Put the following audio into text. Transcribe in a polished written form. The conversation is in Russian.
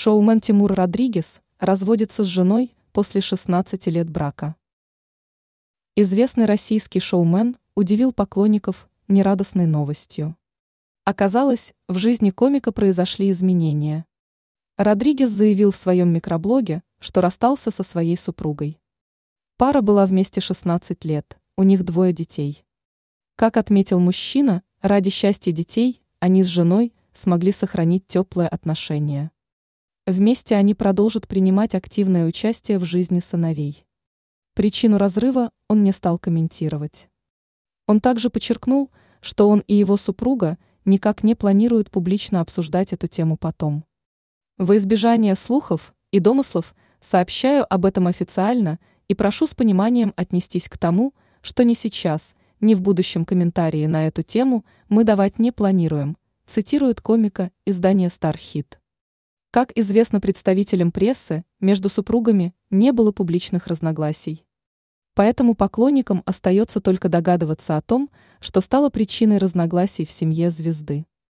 Шоумен Тимур Родригес разводится с женой после 16 лет брака. Известный российский шоумен удивил поклонников нерадостной новостью. Оказалось, в жизни комика произошли изменения. Родригес заявил в своем микроблоге, что расстался со своей супругой. Пара была вместе 16 лет, у них 2 детей. Как отметил мужчина, ради счастья детей они с женой смогли сохранить теплые отношения. Вместе они продолжат принимать активное участие в жизни сыновей. Причину разрыва он не стал комментировать. Он также подчеркнул, что он и его супруга никак не планируют публично обсуждать эту тему потом. Во избежание слухов и домыслов сообщаю об этом официально и прошу с пониманием отнестись к тому, что ни сейчас, ни в будущем комментарии на эту тему мы давать не планируем, цитирует комика издание StarHit. Как известно представителям прессы, между супругами не было публичных разногласий. Поэтому поклонникам остается только догадываться о том, что стало причиной разногласий в семье звезды.